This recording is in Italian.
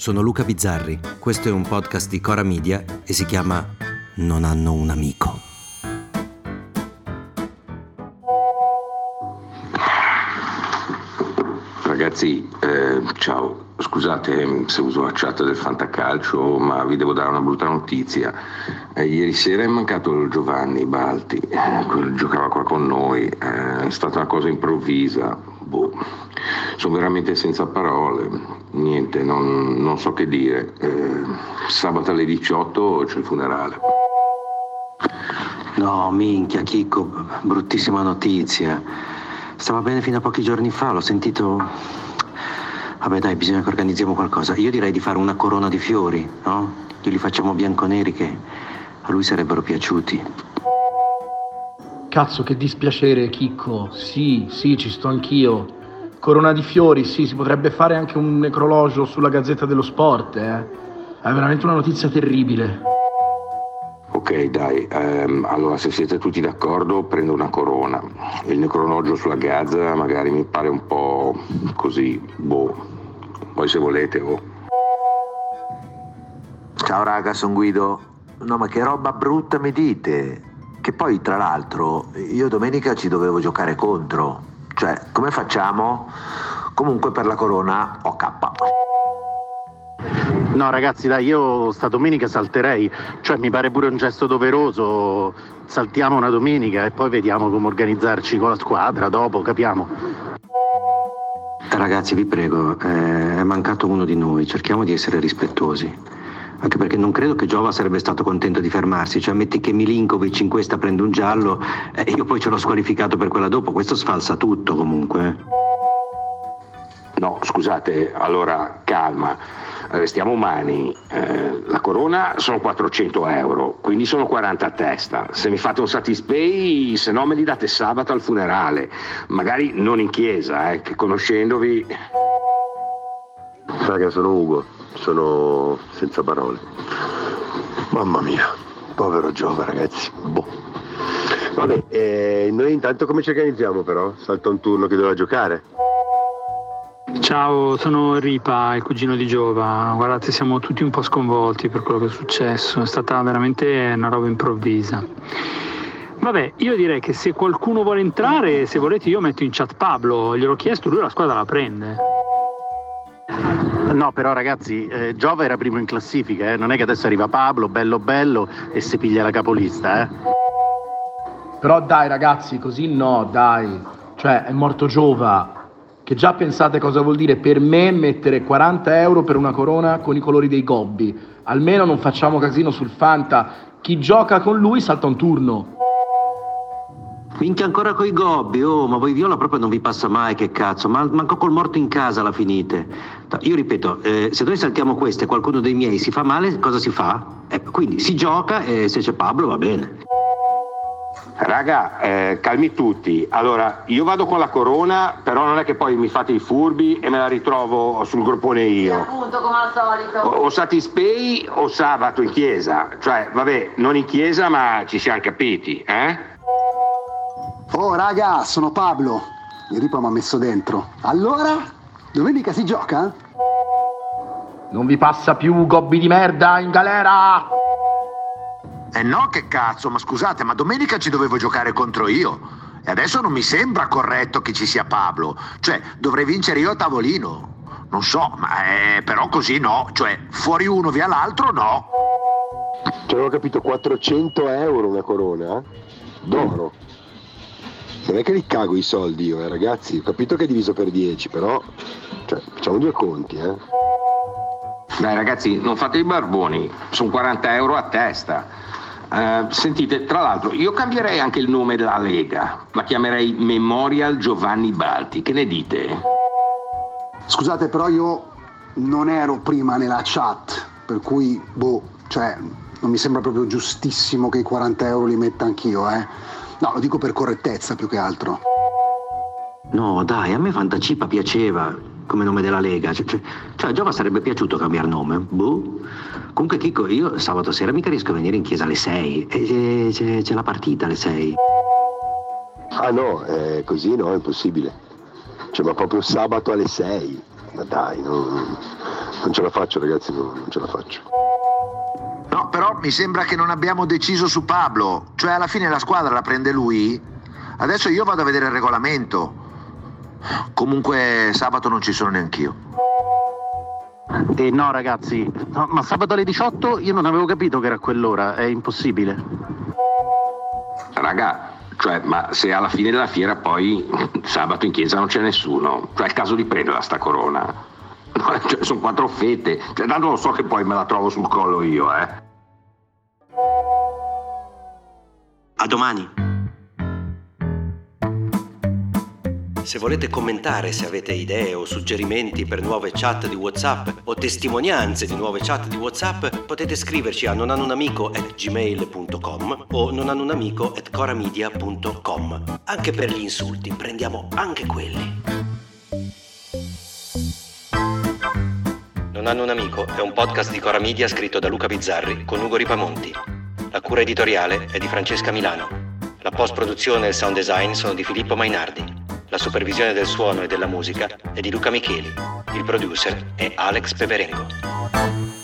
sono Luca Bizzarri, questo è un podcast di Cora Media e si chiama Non hanno un amico. Ragazzi, ciao, scusate se uso la chat del Fantacalcio, ma vi devo dare una brutta notizia. Ieri sera è mancato Giovanni Balti, quello giocava qua con noi, è stata una cosa improvvisa, sono veramente senza parole, niente, non so che dire. Sabato alle 18 c'è il funerale. No, minchia, Chicco, bruttissima notizia. Stava bene fino a pochi giorni fa, l'ho sentito. Vabbè dai, bisogna che organizziamo qualcosa. Io direi di fare una corona di fiori, no? Glieli facciamo bianconeri che a lui sarebbero piaciuti. Cazzo, che dispiacere, Chicco. Sì, ci sto anch'io. Corona di fiori, sì, si potrebbe fare anche un necrologio sulla Gazzetta dello Sport, È veramente una notizia terribile. Ok, dai, allora se siete tutti d'accordo prendo una corona. Il necrologio sulla Gazza magari mi pare un po' così, poi se volete, Ciao raga, sono Guido. No, ma che roba brutta mi dite? Che poi, tra l'altro, io domenica ci dovevo giocare contro. Cioè, come facciamo? Comunque per la corona ho K. No ragazzi, dai, io sta domenica salterei, cioè mi pare pure un gesto doveroso, saltiamo una domenica e poi vediamo come organizzarci con la squadra, dopo capiamo. Ragazzi, vi prego, è mancato uno di noi, cerchiamo di essere rispettosi. Anche perché non credo che Giova sarebbe stato contento di fermarsi, cioè metti che Milinkovic in questa prende un giallo e io poi ce l'ho squalificato per quella dopo, questo sfalsa tutto comunque. No, scusate, allora calma, restiamo umani, la corona sono 400 euro, quindi sono 40 a testa. Se mi fate un satispay, se no me li date sabato al funerale, magari non in chiesa, che conoscendovi. Raga, sono Ugo, sono senza parole. Mamma mia, povero Giova, ragazzi. Vabbè, noi intanto come ci organizziamo però? Salta un turno che doveva giocare. Ciao, sono Ripa, il cugino di Giova. Guardate, siamo tutti un po' sconvolti per quello che è successo, è stata veramente una roba improvvisa. Vabbè, io direi che se qualcuno vuole entrare, se volete io metto in chat Pablo, gliel'ho chiesto, lui la squadra la prende. No, però ragazzi, Giova era primo in classifica, non è che adesso arriva Pablo, bello, e si piglia la capolista, Però dai ragazzi, così no, dai. Cioè, è morto Giova. Che già pensate cosa vuol dire per me mettere 40 euro per una corona con i colori dei Gobbi. Almeno non facciamo casino sul Fanta. Chi gioca con lui salta un turno. Minchia ancora coi Gobbi, ma voi viola proprio non vi passa mai, che cazzo, manco col morto in casa la finite. Io ripeto, se noi saltiamo queste e qualcuno dei miei si fa male, cosa si fa? Quindi si gioca e se c'è Pablo va bene. Raga, calmi tutti. Allora, io vado con la corona, però non è che poi mi fate i furbi e me la ritrovo sul groppone io. Appunto, come al solito. O satispay o sabato in chiesa. Cioè, vabbè, non in chiesa, ma ci siamo capiti, Oh raga, sono Pablo. Il Ripa mi ha messo dentro. Allora, domenica si gioca? Non vi passa più Gobbi di merda in galera! No, che cazzo, ma scusate, ma domenica ci dovevo giocare contro io. E adesso non mi sembra corretto che ci sia Pablo. Cioè, dovrei vincere io a tavolino. Non so, ma però così no. Cioè, fuori uno via l'altro no. Cioè, non ho capito, 400 euro una corona? D'oro. Non è che li cago i soldi io, ragazzi. Ho capito che è diviso per 10, però cioè, facciamo due conti, Dai ragazzi, non fate i barboni, sono 40 euro a testa. Sentite, tra l'altro, io cambierei anche il nome della Lega, la chiamerei Memorial Giovanni Balti, che ne dite? Scusate, però io non ero prima nella chat, per cui, cioè, non mi sembra proprio giustissimo che i 40 euro li metta anch'io, No, lo dico per correttezza più che altro. No, dai, a me Fantacipa piaceva come nome della Lega. Cioè a Giova sarebbe piaciuto cambiare nome. Comunque, Chicco, io sabato sera mica riesco a venire in chiesa alle 6. E c'è la partita alle 6. Ah no, così no, è impossibile. Cioè, ma proprio sabato alle 6. Ma dai, Non ce la faccio, ragazzi, non ce la faccio. No, però mi sembra che non abbiamo deciso su Pablo. Cioè, alla fine la squadra la prende lui. Adesso io vado a vedere il regolamento. Comunque sabato non ci sono neanch'io. No ragazzi, no, ma sabato alle 18 io non avevo capito che era quell'ora, è impossibile. Raga, cioè, ma se alla fine della fiera poi sabato in chiesa non c'è nessuno, cioè è il caso di prenderla sta corona. Cioè, sono 4 fette, cioè tanto lo so che poi me la trovo sul collo io, A domani. Se volete commentare, se avete idee o suggerimenti per nuove chat di WhatsApp o testimonianze di nuove chat di WhatsApp, potete scriverci a nonhanunamico@gmail.com o nonhanunamico@coramedia.com. Anche per gli insulti, prendiamo anche quelli. Non hanno un amico è un podcast di Cora Media scritto da Luca Bizzarri con Ugo Ripamonti. La cura editoriale è di Francesca Milano. La post-produzione e il sound design sono di Filippo Mainardi. La supervisione del suono e della musica è di Luca Micheli. Il producer è Alex Peperengo.